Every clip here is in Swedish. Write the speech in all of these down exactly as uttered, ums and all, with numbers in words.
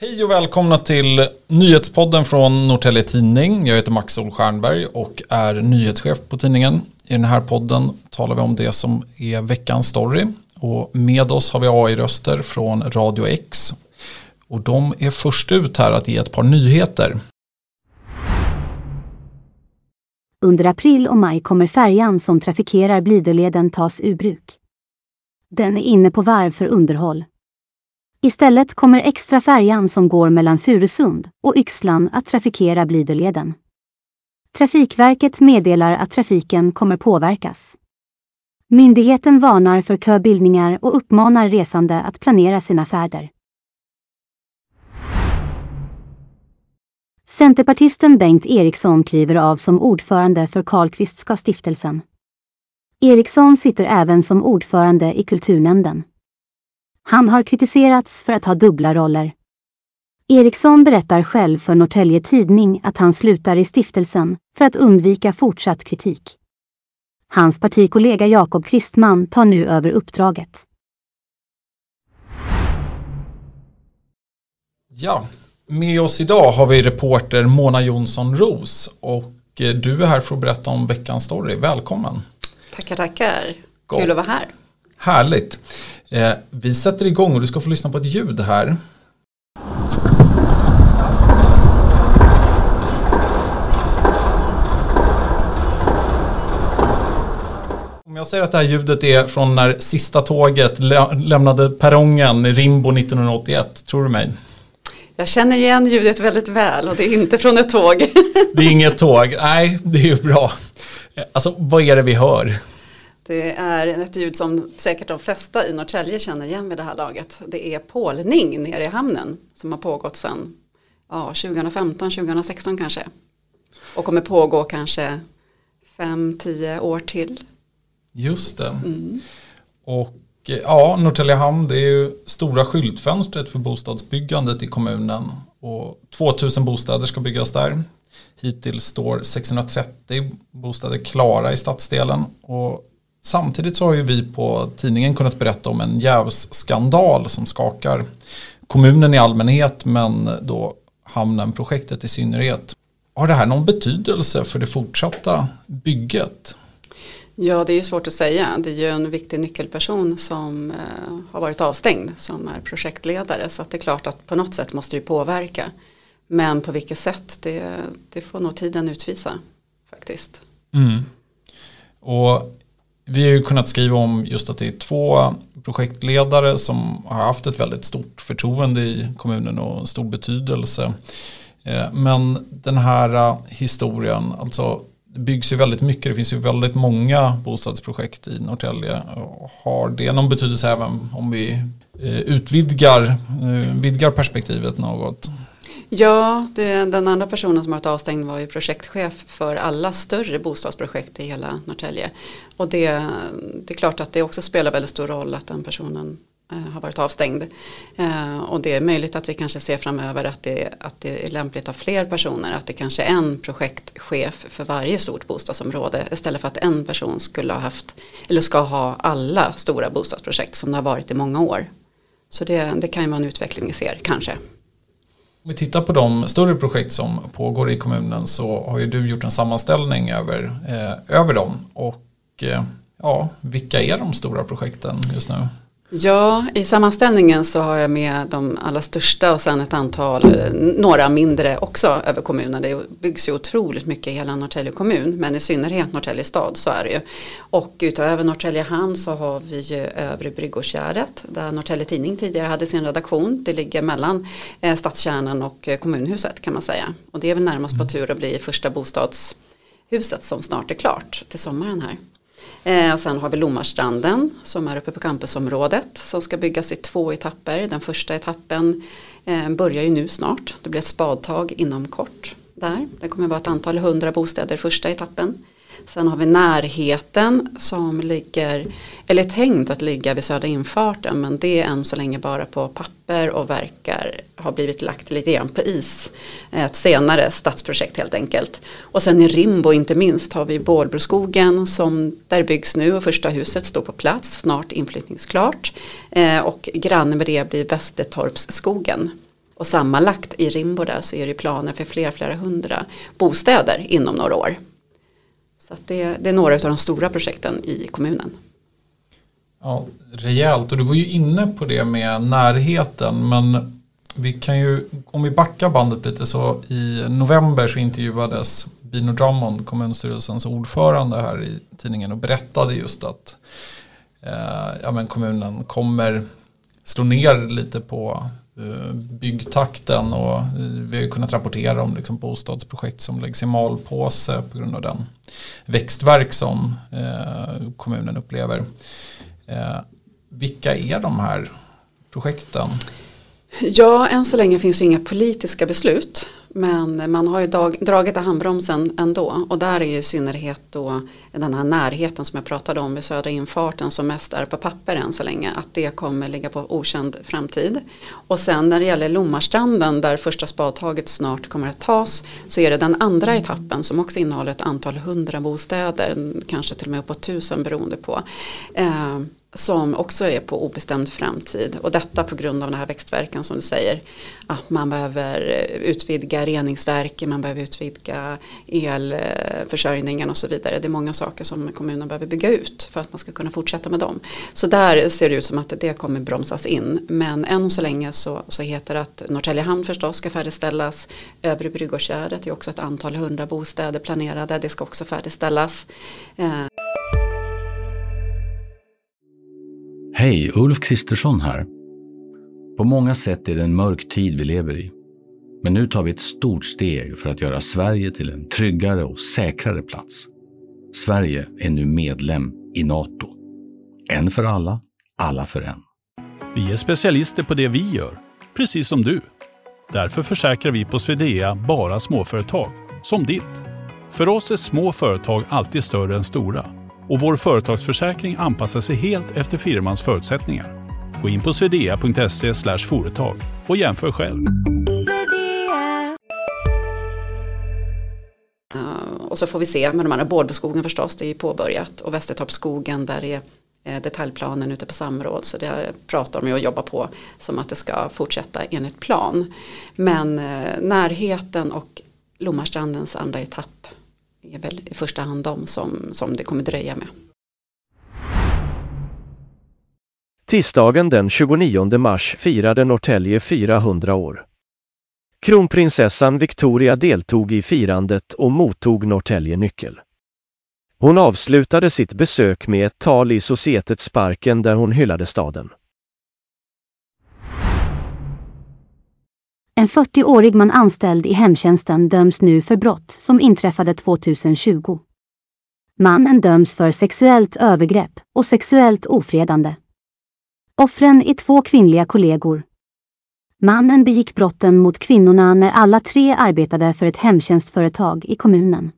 Hej och välkomna till nyhetspodden från Norrtälje Tidning. Jag heter Max Olstjernberg och är nyhetschef på tidningen. I den här podden talar vi om det som är veckans story. Och med oss har vi A I-röster från Radio X. Och de är först ut här att ge ett par nyheter. Under april och maj kommer färjan som trafikerar Blidöleden tas ur bruk. Den är inne på varv för underhåll. Istället kommer extra färjan som går mellan Furusund och Yxlan att trafikera Blidöleden. Trafikverket meddelar att trafiken kommer påverkas. Myndigheten varnar för köbildningar och uppmanar resande att planera sina färder. Centerpartisten Bengt Eriksson kliver av som ordförande för Karlqvistska stiftelsen. Eriksson sitter även som ordförande i kulturnämnden. Han har kritiserats för att ha dubbla roller. Eriksson berättar själv för Norrtälje Tidning att han slutar i stiftelsen för att undvika fortsatt kritik. Hans partikollega Jakob Kristman tar nu över uppdraget. Ja, med oss idag har vi reporter Mona Jonsson-Ros och du är här för att berätta om veckans story. Välkommen! Tackar, tackar. Kul God. Att vara här. Härligt. Eh, vi sätter igång och du ska få lyssna på ett ljud här. Om jag säger att det här ljudet är från när sista tåget lä- lämnade perrongen i Rimbo nittonhundraåttioett, tror du mig? Jag känner igen ljudet väldigt väl och det är inte från ett tåg. Det är inget tåg, nej det är ju bra. Alltså vad är det vi hör? Det är ett ljud som säkert de flesta i Norrtälje känner igen vid det här laget. Det är pålning nere i hamnen som har pågått sedan ja, tjugohundrafemton tjugohundrasexton kanske. Och kommer pågå kanske fem tio år till. Just det. Mm. Och ja, Norrtälje hamn, det är ju stora skyltfönstret för bostadsbyggandet i kommunen. Och tvåtusen bostäder ska byggas där. Hittills står sexhundratrettio bostäder klara i stadsdelen. Och samtidigt så har ju vi på tidningen kunnat berätta om en jävsskandal som skakar kommunen i allmänhet men då hamnen-projektet i synnerhet. Har det här någon betydelse för det fortsatta bygget? Ja, det är ju svårt att säga. Det är ju en viktig nyckelperson som eh, har varit avstängd som är projektledare. Så att det är klart att på något sätt måste det påverka. Men på vilket sätt, det, det får nog tiden utvisa faktiskt. Mm. Och vi har ju kunnat skriva om just att det är två projektledare som har haft ett väldigt stort förtroende i kommunen och stor betydelse. Men den här historien, alltså det byggs ju väldigt mycket, det finns ju väldigt många bostadsprojekt i Norrtälje. Har det någon betydelse även om vi utvidgar vidgar perspektivet något? Ja, det, den andra personen som har varit avstängd var ju projektchef för alla större bostadsprojekt i hela Norrtälje. Och det, det är klart att det också spelar väldigt stor roll att den personen eh, har varit avstängd. Eh, och det är möjligt att vi kanske ser framöver att det, att det är lämpligt av fler personer. Att det kanske är en projektchef för varje stort bostadsområde istället för att en person skulle ha haft eller ska ha alla stora bostadsprojekt som det har varit i många år. Så det, det kan ju vara en utveckling vi ser, kanske. Om vi tittar på de större projekt som pågår i kommunen så har ju du gjort en sammanställning över, eh, över dem. Och eh, ja, vilka är de stora projekten just nu? Ja, i sammanställningen så har jag med de allra största och sen ett antal, några mindre också över kommunen. Det byggs ju otroligt mycket i hela Norrtälje kommun, men i synnerhet Norrtälje stad, så är det ju. Och utöver Norrtälje hamn så har vi ju Övre Bryggårdsgärdet där Norrtälje Tidning tidigare hade sin redaktion. Det ligger mellan eh, stadskärnan och eh, kommunhuset kan man säga. Och det är väl närmast på tur att bli första bostadshuset som snart är klart till sommaren här. Eh, och sen har vi Lommarstranden som är uppe på campusområdet som ska byggas i två etapper. Den första etappen eh, börjar ju nu snart. Det blir ett spadtag inom kort där. Det kommer vara ett antal hundra bostäder i första etappen. Sen har vi Närheten som ligger, eller är tänkt att ligga vid Södra infarten, men det är än så länge bara på papper och verkar ha blivit lagt lite grann på is. Ett senare stadsprojekt helt enkelt. Och sen i Rimbo inte minst har vi Bålbroskogen som där byggs nu och första huset står på plats, snart inflyttningsklart. Och granne med det blir Västertorpsskogen. Och sammanlagt i Rimbo där så är det planer för flera, flera hundra bostäder inom några år. Så att det, det är några av de stora projekten i kommunen. Ja, rejält. Och du var ju inne på det med närheten, men vi kan ju, om vi backar bandet lite, så i november så intervjuades Bino Drummond, kommunstyrelsens ordförande, här i tidningen och berättade just att eh, ja, men kommunen kommer slå ner lite på eh, byggtakten, och vi har ju kunnat rapportera om liksom, bostadsprojekt som läggs i malpåse på grund av den växtverk som eh, kommunen upplever. Eh, vilka är de här projekten? Ja, än så länge finns det inga politiska beslut, men man har ju dag, dragit i handbromsen ändå, och där är ju i synnerhet då den här närheten som jag pratade om vid södra infarten som mest är på papper än så länge, att det kommer ligga på okänd framtid. Och sen när det gäller Lommarstranden där första spadtaget snart kommer att tas, så är det den andra etappen som också innehåller ett antal hundra bostäder, kanske till och med uppåt tusen beroende på, eh, som också är på obestämd framtid, och detta på grund av den här växtverkan som du säger, att man behöver utvidga reningsverken, man behöver utvidga elförsörjningen och så vidare. Det är många saker som kommunen behöver bygga ut för att man ska kunna fortsätta med dem. Så där ser det ut som att det kommer bromsas in, men än så länge så, så heter det att Norrtälje hamn förstås ska färdigställas, Övre Bryggårdsgärdet är också ett antal hundra bostäder planerade, det ska också färdigställas. Eh. Hej, Ulf Kristersson här. På många sätt är det en mörk tid vi lever i. Men nu tar vi ett stort steg för att göra Sverige till en tryggare och säkrare plats. Sverige är nu medlem i NATO. En för alla, alla för en. Vi är specialister på det vi gör, precis som du. Därför försäkrar vi på Swedea bara småföretag, som ditt. För oss är små företag alltid större än stora. Och vår företagsförsäkring anpassar sig helt efter firmans förutsättningar. Gå in på swedea punkt se slash företag och jämför själv. Uh, och så får vi se med de andra, Bårdboskogen förstås, det är ju påbörjat, och Västertorpsskogen där är eh, detaljplanen ute på samråd, så det pratar de ju och jobbar på som att det ska fortsätta enligt plan. Men eh, närheten och Lommarstrandens andra etapp är väl i första hand de som, som det kommer dröja med. Tisdagen den tjugonionde mars firade Norrtälje fyrahundra år. Kronprinsessan Victoria deltog i firandet och mottog Norrtälje nyckel. Hon avslutade sitt besök med ett tal i Societetsparken där hon hyllade staden. En fyrtioårig man anställd i hemtjänsten döms nu för brott som inträffade tjugohundratjugo. Mannen döms för sexuellt övergrepp och sexuellt ofredande. Offren är två kvinnliga kollegor. Mannen begick brotten mot kvinnorna när alla tre arbetade för ett hemtjänstföretag i kommunen.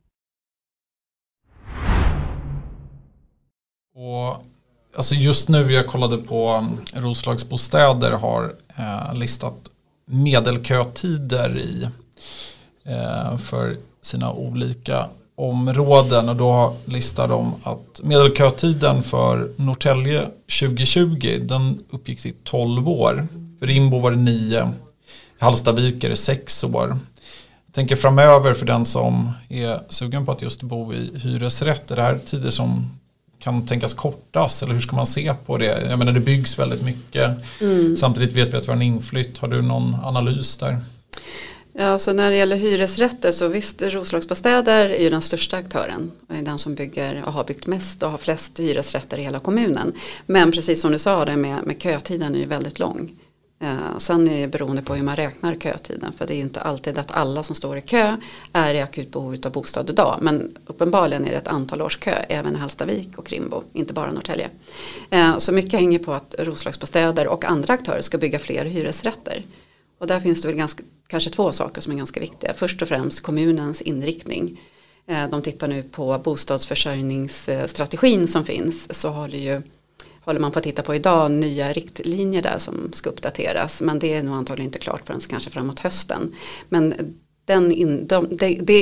Och alltså just nu, jag kollade på Roslagsbostäder har eh, listat medelkötider i eh, för sina olika områden, och då listar de att medelkötiden för Norrtälje tjugohundratjugo den uppgick till tolv år. För Rimbo var det nio, i Hallstavik är det sex år. Jag tänker framöver för den som är sugen på att just bo i hyresrätt, är det här tider som kan tänkas kortas, eller hur ska man se på det? Jag menar, det byggs väldigt mycket. Mm. Samtidigt vet vi att vi har en inflytt. Har du någon analys där? Ja, så när det gäller hyresrätter så visst, Roslagsbostäder är ju den största aktören. Och är den som bygger och har byggt mest och har flest hyresrätter i hela kommunen. Men precis som du sa, det med, med kötiden är ju väldigt lång. Eh, sen är det beroende på hur man räknar kötiden. För det är inte alltid att alla som står i kö är i akut behov av bostad idag. Men uppenbarligen är det ett antal års kö även i Hallstavik och Rimbo, inte bara Norrtälje. Eh, så mycket hänger på att Roslagsbostäder och andra aktörer ska bygga fler hyresrätter. Och där finns det väl ganska, kanske två saker som är ganska viktiga. Först och främst kommunens inriktning. Eh, de tittar nu på bostadsförsörjningsstrategin som finns. Så håller, ju, håller man på att titta på idag nya riktlinjer där som ska uppdateras. Men det är nog antagligen inte klart förrän kanske framåt hösten. Men den in, de, det, det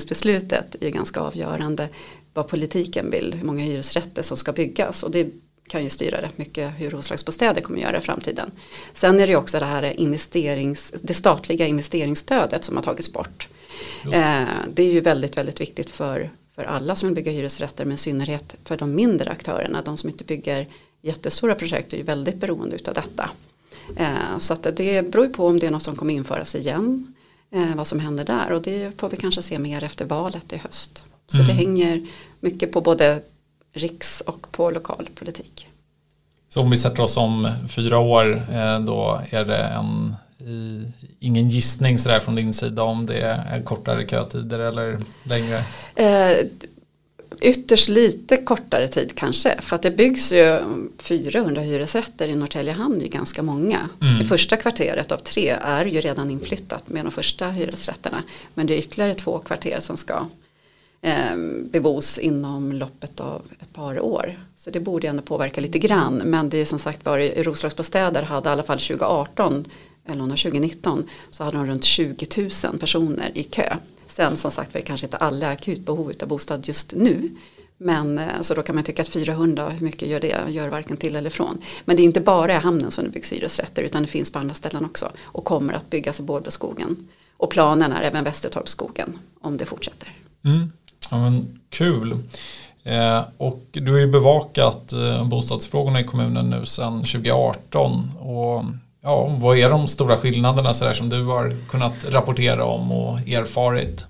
inriktningsbeslutet är ganska avgörande vad politiken vill. Hur många hyresrätter som ska byggas. Och det kan ju styra rätt mycket hur Roslagsbostäder kommer göra i framtiden. Sen är det också det här investerings, det statliga investeringsstödet som har tagits bort. Eh, det är ju väldigt, väldigt viktigt för, för alla som vill bygga hyresrätter, men i synnerhet för de mindre aktörerna. De som inte bygger jättestora projekt är ju väldigt beroende utav detta. Eh, så att det beror på om det är något som kommer införas igen, eh, vad som händer där, och det får vi kanske se mer efter valet i höst. Så mm. det hänger mycket på både riks- och på lokal politik. Så om vi sätter oss om fyra år, eh, då är det en, i, ingen gissning så där från din sida om det är kortare kötider eller längre? Eh, Ytterst lite kortare tid kanske, för att det byggs ju fyrahundra hyresrätter i Norrtälje hamn, det är ganska många. Mm. Det första kvarteret av tre är ju redan inflyttat med de första hyresrätterna, men det är ytterligare två kvarter som ska eh, bebos inom loppet av ett par år. Så det borde ändå påverka lite grann, men det är som sagt var i Roslagsbostäder hade i alla fall tjugo arton eller tjugo nitton så hade de runt tjugo tusen personer i kö. Sen som sagt var det kanske inte alla akut behov av bostad just nu. Men så då kan man tycka att fyrahundra, hur mycket gör det? Gör varken till eller från. Men det är inte bara i hamnen som det byggs hyresrätter, utan det finns på andra ställen också. Och kommer att byggas i Bålboskogen. Och planen är även Västertorpsskogen om det fortsätter. Mm. Ja, men kul. Eh, och du har ju bevakat eh, bostadsfrågorna i kommunen nu sedan tjugo arton. Och ja, vad är de stora skillnaderna så där som du har kunnat rapportera om och erfarit?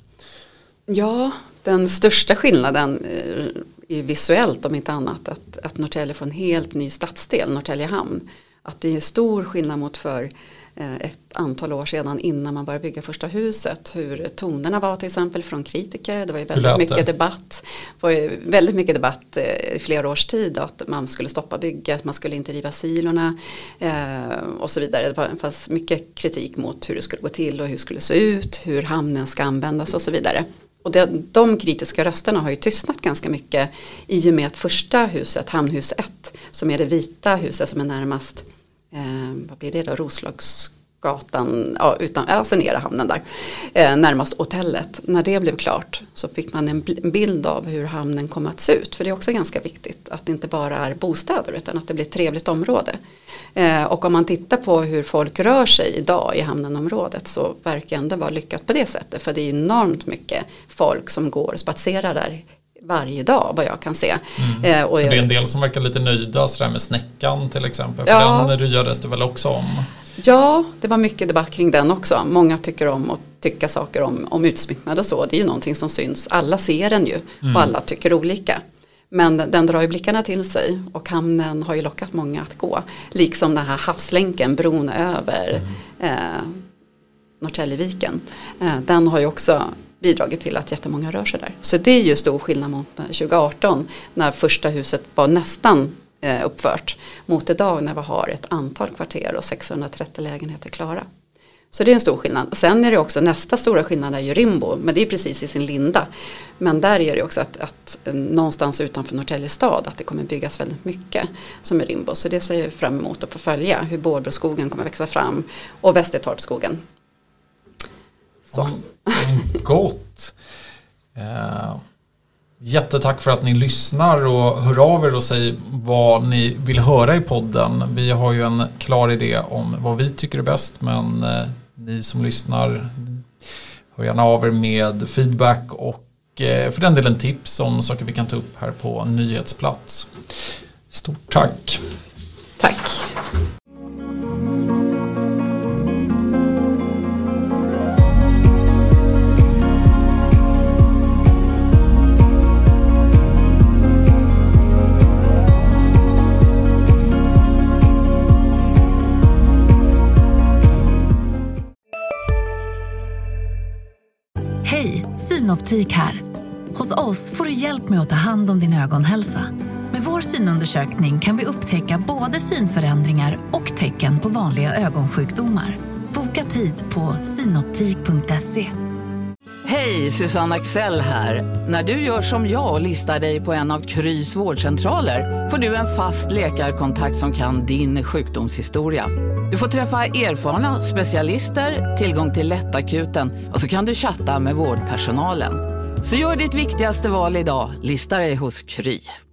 Ja, den största skillnaden är visuellt om inte annat att, att Norrtälje får en helt ny stadsdel, Norrtälje hamn. Att det är stor skillnad mot för ett antal år sedan innan man började bygga första huset. Hur tonerna var till exempel från kritiker. Det var ju väldigt mycket debatt. Det var ju väldigt mycket debatt i flera års tid att man skulle stoppa bygget, man skulle inte riva silorna eh, och så vidare. Det fanns mycket kritik mot hur det skulle gå till och hur det skulle se ut, hur hamnen ska användas och så vidare. Och det, de kritiska rösterna har ju tystnat ganska mycket i och med att första huset, Hamnhus ett, som är det vita huset som är närmast Eh, vad blir det då? Roslagsgatan, ja, utan, alltså nere hamnen där, eh, närmast hotellet. När det blev klart så fick man en bild av hur hamnen kommer att se ut. För det är också ganska viktigt att det inte bara är bostäder utan att det blir ett trevligt område. Eh, och om man tittar på hur folk rör sig idag i hamnenområdet så verkar det ändå vara lyckat på det sättet. För det är enormt mycket folk som går och spatserar där varje dag vad jag kan se. Mm. Eh, och jag, det är en del som verkar lite nöjda så där med Snäckan till exempel. För ja, den ryades det väl också om? Ja, det var mycket debatt kring den också. Många tycker om att tycka saker om, om utsmycknad och så. Det är ju någonting som syns. Alla ser den ju mm. och alla tycker olika. Men den drar ju blickarna till sig och hamnen har ju lockat många att gå. Liksom den här havslänken, bron över mm. eh, Norrtäljeviken. Eh, den har ju också bidragit till att jättemånga rör sig där. Så det är ju stor skillnad mot tjugo arton när första huset var nästan eh, uppfört mot idag när vi har ett antal kvarter och sexhundratrettio lägenheter klara. Så det är en stor skillnad. Sen är det också nästa stora skillnad är ju Rimbo, men det är precis i sin linda. Men där är det också att, att någonstans utanför Norrtälje stad att det kommer byggas väldigt mycket som är Rimbo. Så det ser jag fram emot att få följa hur Bålboskogen kommer växa fram och Västertorpsskogen. Så. Gott. Eh, jättetack för att ni lyssnar och hör av er och säger vad ni vill höra i podden. Vi har ju en klar idé om vad vi tycker är bäst, men eh, ni som lyssnar hör gärna av er med feedback och eh, för den delen tips om saker vi kan ta upp här på nyhetsplats. Stort tack. Tack. Synoptik här. Hos oss får du hjälp med att ta hand om din ögonhälsa. Med vår synundersökning kan vi upptäcka både synförändringar och tecken på vanliga ögonsjukdomar. Boka tid på synoptik punkt se. Hej, Susanne Axel här. När du gör som jag och listar dig på en av Krys vårdcentraler får du en fast läkarkontakt som kan din sjukdomshistoria. Du får träffa erfarna specialister, tillgång till lättakuten och så kan du chatta med vårdpersonalen. Så gör ditt viktigaste val idag, lista dig hos Kry.